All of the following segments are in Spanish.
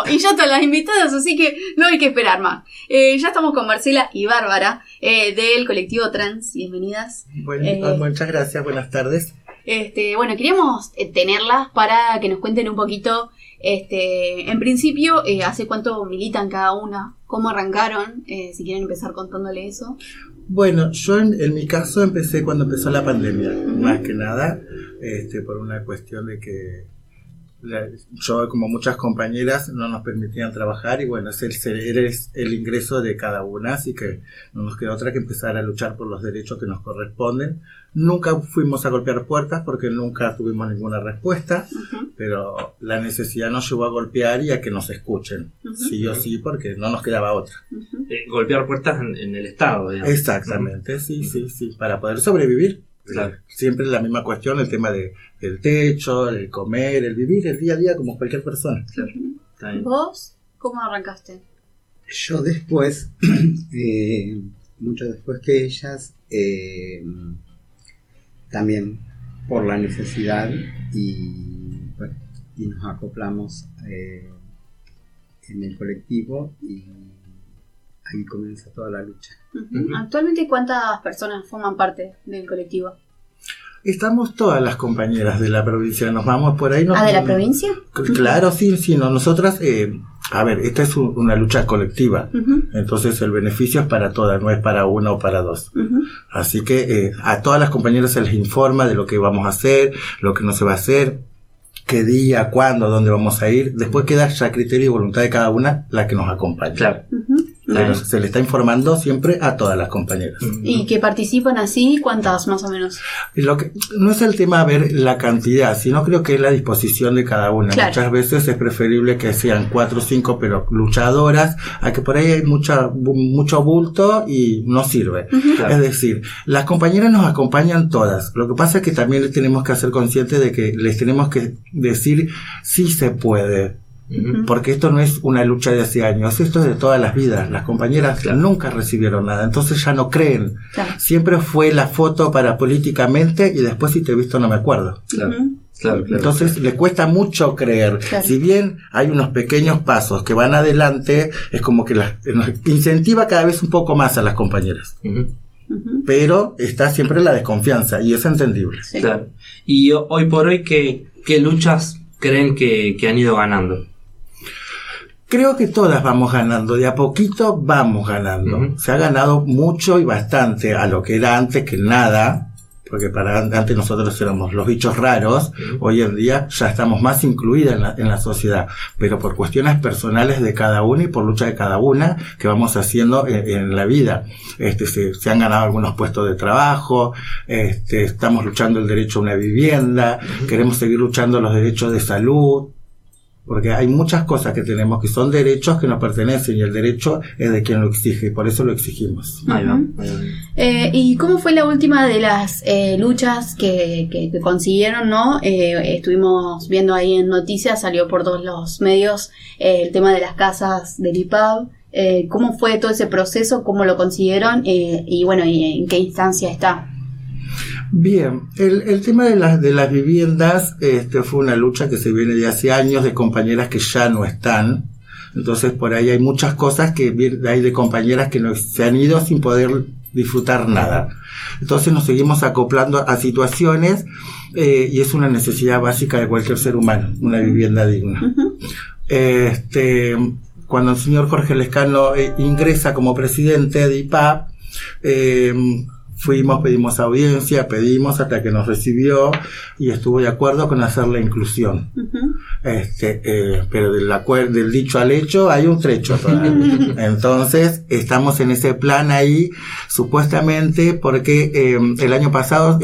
y ya están las invitadas, así que no hay que esperar más. Ya estamos con Marcela y Bárbara del colectivo Trans. Bienvenidas. Muchas gracias, buenas tardes. Bueno, queríamos tenerlas para que nos cuenten un poquito, en principio, hace cuánto militan cada una, cómo arrancaron, si quieren empezar contándole eso. Bueno, yo en mi caso empecé cuando empezó la pandemia, más que nada, por una cuestión de que yo, como muchas compañeras, no nos permitían trabajar y bueno, era el ingreso de cada una, así que no nos quedó otra que empezar a luchar por los derechos que nos corresponden. Nunca fuimos a golpear puertas porque nunca tuvimos ninguna respuesta, pero la necesidad nos llevó a golpear y a que nos escuchen, sí o sí, porque no nos quedaba otra. Golpear puertas en el Estado, digamos. Exactamente, sí, para poder sobrevivir. Claro. Siempre la misma cuestión, el tema del techo, el comer, el vivir el día a día como cualquier persona. Claro. ¿Vos cómo arrancaste? Yo después, mucho después que ellas, también por la necesidad y nos acoplamos en el colectivo y ahí comienza toda la lucha. Actualmente, ¿cuántas personas forman parte del colectivo? Estamos todas las compañeras de la provincia, nos vamos por ahí. ¿De la provincia? Claro, sí, no, nosotras, esta es una lucha colectiva, entonces el beneficio es para todas, no es para una o para dos. Así que a todas las compañeras se les informa de lo que vamos a hacer, lo que no se va a hacer, qué día, cuándo, dónde vamos a ir. Después queda ya criterio y voluntad de cada una la que nos acompaña. Claro. Pero se le está informando siempre a todas las compañeras. ¿Y que participan así? ¿Cuántas más o menos? Lo que no es el tema ver la cantidad, sino creo que es la disposición de cada una. Claro. Muchas veces es preferible que sean 4 o 5 pero luchadoras, a que por ahí hay mucho bulto y no sirve. Claro. Es decir, las compañeras nos acompañan todas. Lo que pasa es que también tenemos que hacer conscientes de que les tenemos que decir sí se puede. Porque esto no es una lucha de hace años, esto es de todas las vidas. Las compañeras nunca recibieron nada, entonces ya no creen. Siempre fue la foto para políticamente y después si te he visto no me acuerdo. Claro. Entonces le cuesta mucho creer. Si bien hay unos pequeños pasos que van adelante, es como que nos incentiva cada vez un poco más a las compañeras. Pero está siempre la desconfianza y es entendible. Claro. Y hoy por hoy, ¿qué luchas creen que han ido ganando? Creo que todas vamos ganando, de a poquito vamos ganando. Se ha ganado mucho y bastante a lo que era antes que nada, porque antes nosotros éramos los bichos raros, hoy en día ya estamos más incluidas en la sociedad, pero por cuestiones personales de cada una y por lucha de cada una que vamos haciendo en la vida. Se han ganado algunos puestos de trabajo, estamos luchando el derecho a una vivienda, queremos seguir luchando los derechos de salud, porque hay muchas cosas que tenemos que son derechos que nos pertenecen y el derecho es de quien lo exige y por eso lo exigimos. Ahí va. ¿Y cómo fue la última de las luchas que consiguieron, no? Estuvimos viendo ahí en noticias, salió por todos los medios el tema de las casas del IPAB. ¿Cómo fue todo ese proceso? ¿Cómo lo consiguieron? Y en qué instancia está. Bien, el tema de las viviendas fue una lucha que se viene de hace años de compañeras que ya no están. Entonces por ahí hay muchas cosas que hay de compañeras que se han ido sin poder disfrutar nada. Entonces nos seguimos acoplando a situaciones y es una necesidad básica de cualquier ser humano, una vivienda digna. Cuando el señor Jorge Lescano ingresa como presidente de IPAB, pedimos audiencia, hasta que nos recibió y estuvo de acuerdo con hacer la inclusión. Pero del dicho al hecho hay un trecho todavía. Entonces, estamos en ese plan ahí, supuestamente, porque el año pasado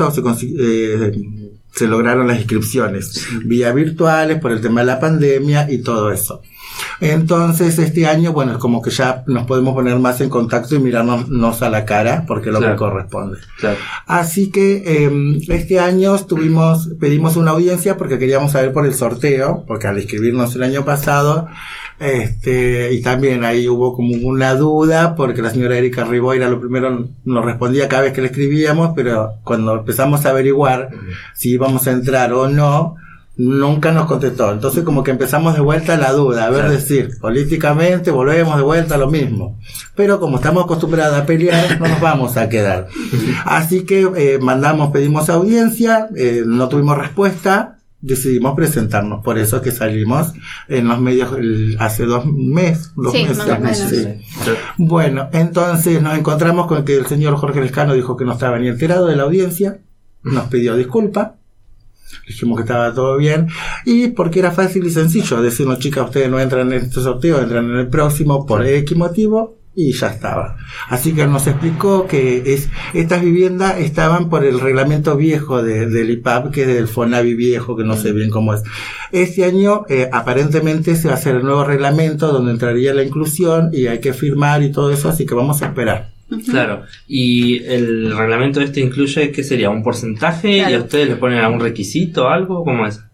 se lograron las inscripciones vía virtuales por el tema de la pandemia y todo eso. Entonces este año, es como que ya nos podemos poner más en contacto y mirarnos a la cara, porque es lo que corresponde. Claro. Así que este año pedimos una audiencia porque queríamos saber por el sorteo, porque al inscribirnos el año pasado, y también ahí hubo como una duda, porque la señora Erika Riboira lo primero nos respondía cada vez que le escribíamos, pero cuando empezamos a averiguar si íbamos a entrar o no, Nunca nos contestó. Entonces como que empezamos de vuelta la duda, a ver, decir, políticamente volvemos de vuelta a lo mismo. Pero como estamos acostumbrados a pelear, no nos vamos a quedar. Así que pedimos audiencia, no tuvimos respuesta, decidimos presentarnos. Por eso que salimos en los medios hace 2 meses. Sí. Bueno, entonces nos encontramos con que el señor Jorge Lescano dijo que no estaba ni enterado de la audiencia, nos pidió disculpas. Dijimos que estaba todo bien, y porque era fácil y sencillo decirnos, chicas, ustedes no entran en este sorteo, entran en el próximo por X motivo, y ya estaba. Así que nos explicó que estas viviendas estaban por el reglamento viejo del IPAP, que es del Fonavi viejo, que no sé bien cómo es. Este año aparentemente se va a hacer el nuevo reglamento donde entraría la inclusión y hay que firmar y todo eso, así que vamos a esperar. Claro, y el reglamento incluye, ¿qué sería? ¿Un porcentaje? Claro. ¿Y a ustedes les ponen algún requisito o algo? ¿Cómo es?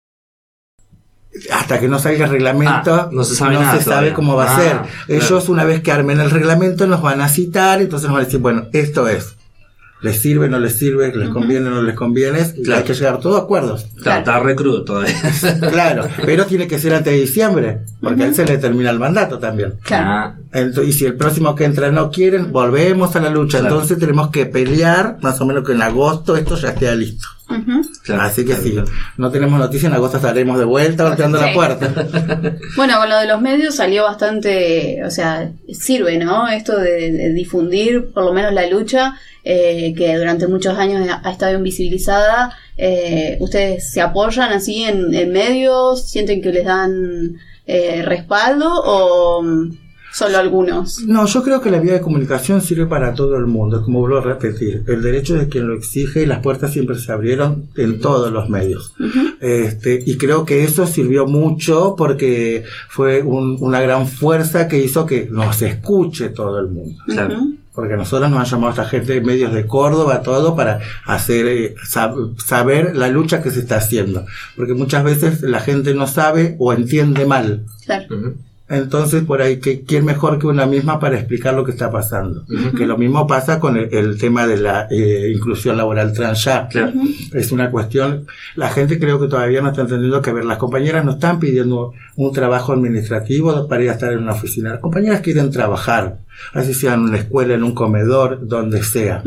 Hasta que no salga el reglamento, no se sabe cómo va a ser. Ellos, una vez que armen el reglamento, nos van a citar, entonces nos van a decir, bueno, esto es. ¿Les sirve, no les sirve? ¿Les conviene, no les conviene? Claro. Hay que llegar a todos acuerdos. Claro, está re crudo todavía. Claro, pero tiene que ser antes de diciembre, porque a él se le termina el mandato también. Claro. Entonces, y si el próximo que entra no quieren, volvemos a la lucha. Claro. Entonces tenemos que pelear, más o menos que en agosto esto ya esté listo. Claro. Así que sí, no tenemos noticia, en agosto estaremos de vuelta golpeando la puerta. Bueno, con lo de los medios salió bastante, o sea, sirve, ¿no? Esto de difundir por lo menos la lucha, que durante muchos años ha estado invisibilizada. ¿Ustedes se apoyan así en medios? ¿Sienten que les dan respaldo o solo algunos? No, yo creo que la vía de comunicación sirve para todo el mundo, como vuelvo a repetir, el derecho de quien lo exige, y las puertas siempre se abrieron en todos los medios. Y creo que eso sirvió mucho porque fue una gran fuerza que hizo que nos escuche todo el mundo. Claro. Porque nosotros nos han llamado a esta gente de medios de Córdoba, todo para hacer saber la lucha que se está haciendo, porque muchas veces la gente no sabe o entiende mal. Claro. Entonces, por ahí, ¿quién mejor que una misma para explicar lo que está pasando? Que lo mismo pasa con el tema de la inclusión laboral trans ya. Claro. Es una cuestión, la gente creo que todavía no está entendiendo que, a ver, las compañeras no están pidiendo un trabajo administrativo para ir a estar en una oficina. Las compañeras quieren trabajar, así sea en una escuela, en un comedor, donde sea.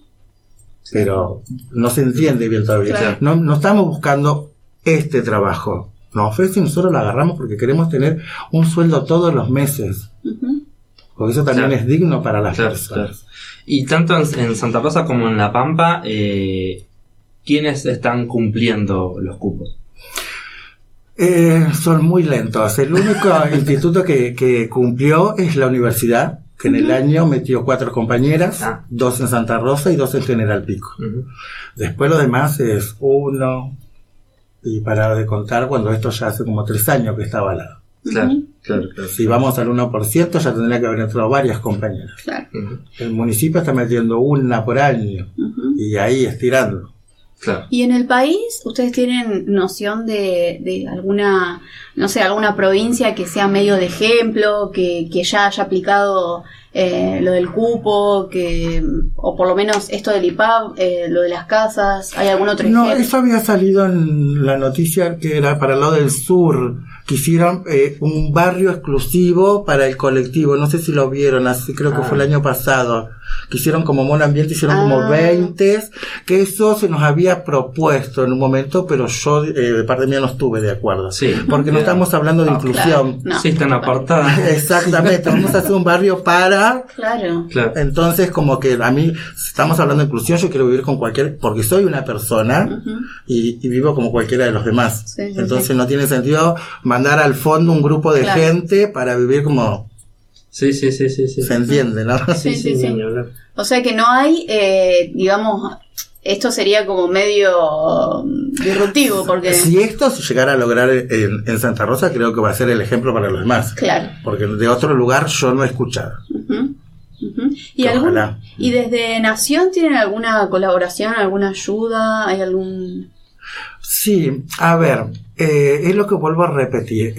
Pero no se entiende bien todavía. Claro. No estamos buscando este trabajo. Nos ofrecen, nosotros lo agarramos porque queremos tener un sueldo todos los meses. Porque eso también es digno para las personas. Claro. Y tanto en Santa Rosa como en La Pampa, ¿quiénes están cumpliendo los cupos? Son muy lentos. El único instituto que cumplió es la universidad, que en el año metió 4 compañeras, 2 en Santa Rosa y 2 en General Pico. Después lo demás es 1... y para de contar cuando esto ya hace como 3 años que está avalado. Claro. Si vamos al 1%, ya tendría que haber entrado varias compañeras. Claro. El municipio está metiendo 1 por año, y ahí estirando. Claro. ¿Y en el país ustedes tienen noción de alguna, no sé, alguna provincia que sea medio de ejemplo, que ya haya aplicado lo del cupo, o por lo menos esto del IPAB, lo de las casas? ¿Hay algún otro ejemplo? No, eso había salido en la noticia que era para el lado del sur, que hicieron un barrio exclusivo para el colectivo, no sé si lo vieron, así creo que fue el año pasado, que hicieron como Mono Ambiente, hicieron como 20, que eso se nos había propuesto en un momento, pero yo de parte mía no estuve de acuerdo, porque no estamos hablando de inclusión. Claro, sí, están apartadas. Exactamente, vamos a hacer un barrio para... Claro. Entonces, como que a mí, si estamos hablando de inclusión, yo quiero vivir con porque soy una persona y vivo como cualquiera de los demás. Entonces no tiene sentido mandar al fondo un grupo de gente para vivir como... Sí. Se entiende, ¿no? Sí. O sea que no hay, digamos, esto sería como medio disruptivo, porque... Si esto se llegara a lograr en Santa Rosa, creo que va a ser el ejemplo para los demás. Claro. Porque de otro lugar yo no he escuchado. ¿Y desde Nación tienen alguna colaboración, alguna ayuda? ¿Hay algún...? Sí, a ver, es lo que vuelvo a repetir.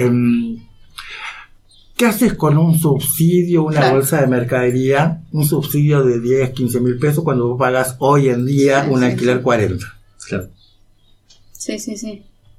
¿Qué haces con un subsidio, una bolsa de mercadería, un subsidio de 10, 15 mil pesos cuando vos pagas hoy en día un alquiler 40? Claro. Sí.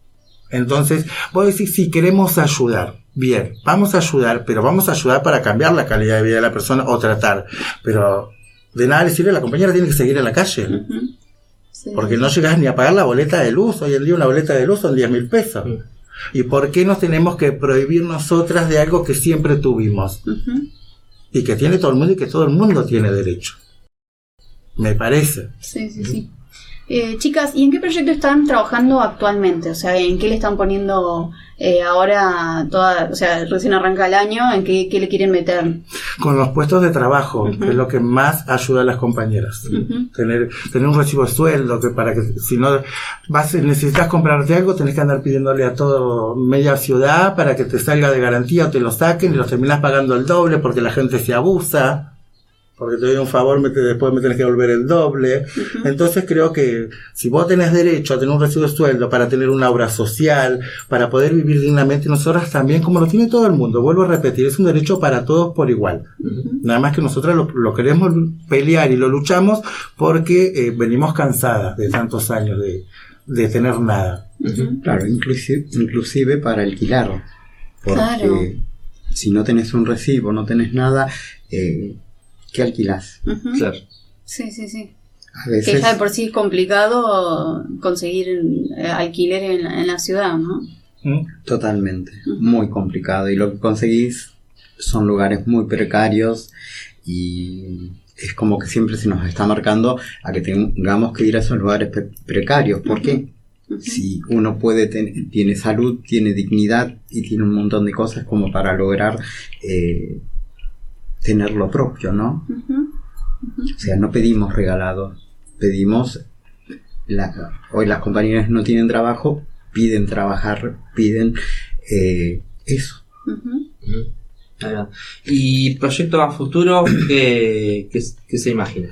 Entonces, vos decís, sí, queremos ayudar. Bien, vamos a ayudar, pero vamos a ayudar para cambiar la calidad de vida de la persona o tratar. Pero de nada le sirve, la compañera tiene que seguir en la calle. Uh-huh. Sí. Porque no llegás ni a pagar la boleta de luz. Hoy en día una boleta de luz son 10.000 pesos. Uh-huh. ¿Y por qué nos tenemos que prohibir nosotras de algo que siempre tuvimos? Uh-huh. Y que tiene todo el mundo y que todo el mundo tiene derecho. Me parece. Sí, sí, sí. Chicas, ¿y en qué proyecto están trabajando actualmente? O sea, ¿en qué le están poniendo ahora o sea, recién arranca el año, ¿en qué le quieren meter? Con los puestos de trabajo, uh-huh. que es lo que más ayuda a las compañeras. Uh-huh. Tener un recibo de sueldo, que para que si no necesitas comprarte algo, tenés que andar pidiéndole a todo media ciudad para que te salga de garantía o te lo saquen y los terminás pagando el doble porque la gente se abusa. Porque te doy un favor, después me tenés que devolver el doble. Uh-huh. Entonces creo que si vos tenés derecho a tener un recibo de sueldo para tener una obra social, para poder vivir dignamente, nosotras también, como lo tiene todo el mundo, vuelvo a repetir, es un derecho para todos por igual. Uh-huh. Nada más que nosotras lo queremos pelear y lo luchamos porque venimos cansadas de tantos años de tener nada. Uh-huh. Claro, inclusive para alquilar. Porque claro. Si no tenés un recibo, no tenés nada... ¿qué alquilás? Uh-huh. Claro. Sí, sí, sí. A veces... Que ya de por sí es complicado conseguir alquiler en la ciudad, ¿no? Totalmente. Uh-huh. Muy complicado. Y lo que conseguís son lugares muy precarios y es como que siempre se nos está marcando a que tengamos que ir a esos lugares precarios. ¿Por qué? Uh-huh. Si uno tiene salud, tiene dignidad y tiene un montón de cosas como para lograr... tener lo propio, ¿no? Uh-huh. Uh-huh. O sea, no pedimos regalados, pedimos... hoy las compañeras no tienen trabajo, piden trabajar, piden eso. Uh-huh. Uh-huh. ¿Y proyectos a futuro qué se imagina?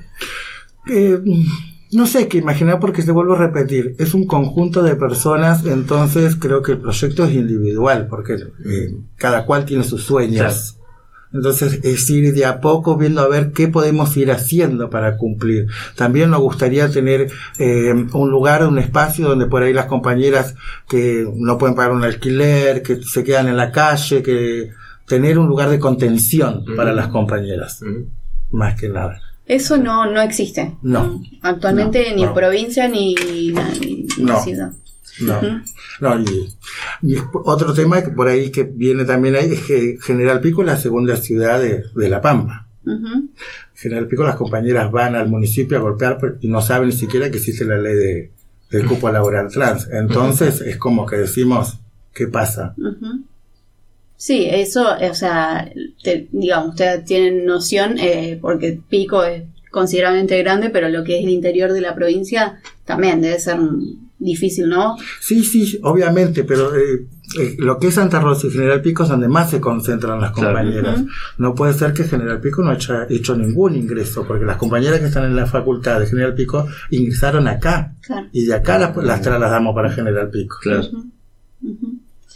No sé qué imaginar porque te vuelvo a repetir, es un conjunto de personas, entonces creo que el proyecto es individual, porque cada cual tiene sus sueños. Claro. Entonces es ir de a poco viendo a ver qué podemos ir haciendo para cumplir. También nos gustaría tener un lugar, un espacio donde por ahí las compañeras que no pueden pagar un alquiler, que se quedan en la calle, que tener un lugar de contención uh-huh. para las compañeras, uh-huh. más que nada. Eso no existe. No. Actualmente ni en provincia ni ciudad. No, uh-huh. no, y otro tema que por ahí que viene también ahí es que General Pico es la segunda ciudad de La Pampa. Uh-huh. General Pico, las compañeras van al municipio a golpear y no saben ni siquiera que existe la ley del cupo laboral trans. Entonces uh-huh. es como que decimos, ¿qué pasa? Uh-huh. Sí, eso, o sea, digamos, ustedes tienen noción, porque Pico es considerablemente grande, pero lo que es el interior de la provincia también debe ser difícil, ¿no? Sí, obviamente, pero lo que es Santa Rosa y General Pico es donde más se concentran las compañeras. Uh-huh. No puede ser que General Pico no haya hecho ningún ingreso, porque las compañeras que están en la facultad de General Pico ingresaron acá. Claro. Y de acá las trasladamos para General Pico. Claro. Uh-huh. Uh-huh.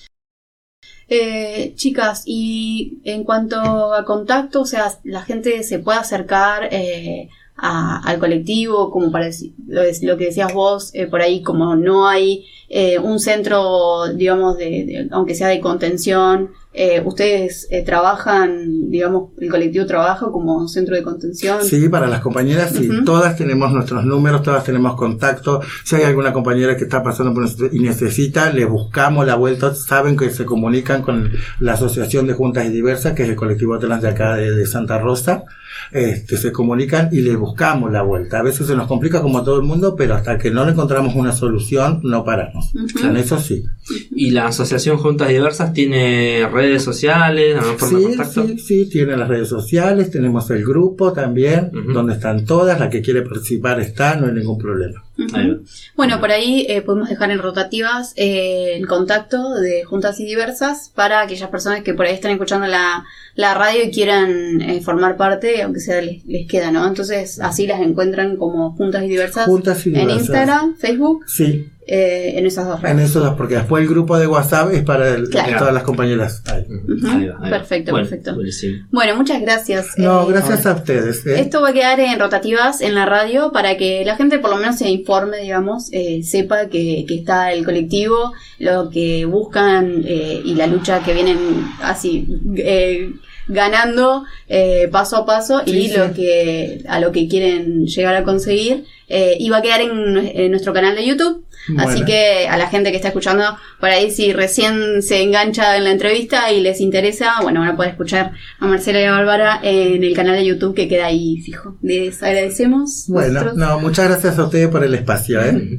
Chicas, y en cuanto a contacto, o sea, la gente se puede acercar al colectivo, como para lo que decías vos, por ahí como no hay un centro, digamos, aunque sea de contención, ustedes trabajan, digamos, el colectivo trabaja como centro de contención. Sí, para las compañeras, sí, uh-huh. Todas tenemos nuestros números, todas tenemos contacto. Si hay alguna compañera que está pasando por y necesita, le buscamos la vuelta. Saben que se comunican con la Asociación de Juntas y Diversas, que es el colectivo trans de acá de Santa Rosa. Se comunican y le buscamos la vuelta. A veces se nos complica como a todo el mundo, pero hasta que no le encontramos una solución, no paramos. Uh-huh. En eso sí. ¿Y la Asociación Juntas Diversas tiene redes sociales, alguna forma de contacto? Sí, tiene las redes sociales, tenemos el grupo también, uh-huh. donde están todas, la que quiere participar está, no hay ningún problema. Uh-huh. Bueno, por ahí podemos dejar en rotativas el contacto de Juntas y Diversas para aquellas personas que por ahí están escuchando la radio y quieran formar parte, aunque sea les queda, ¿no? Entonces así las encuentran como Juntas y Diversas en Instagram, Facebook. Sí. en esas dos redes. En esos dos, porque después el grupo de WhatsApp es para Claro. todas las compañeras. Ahí. Ahí va. Perfecto, Bueno, perfecto. buenísimo. Bueno, muchas gracias. No, gracias a ustedes. Esto va a quedar en rotativas en la radio para que la gente por lo menos se informe, digamos, sepa que está el colectivo, lo que buscan y la lucha que vienen así ganando paso a paso y Sí, lo sí. que a lo que quieren llegar a conseguir. Y va a quedar en nuestro canal de YouTube. Bueno. Así que a la gente que está escuchando por ahí, si recién se engancha en la entrevista y les interesa, bueno, van a poder escuchar a Marcela y a Bárbara en el canal de YouTube que queda ahí fijo. Les agradecemos. Bueno, nosotros. no, muchas gracias a ustedes por el espacio,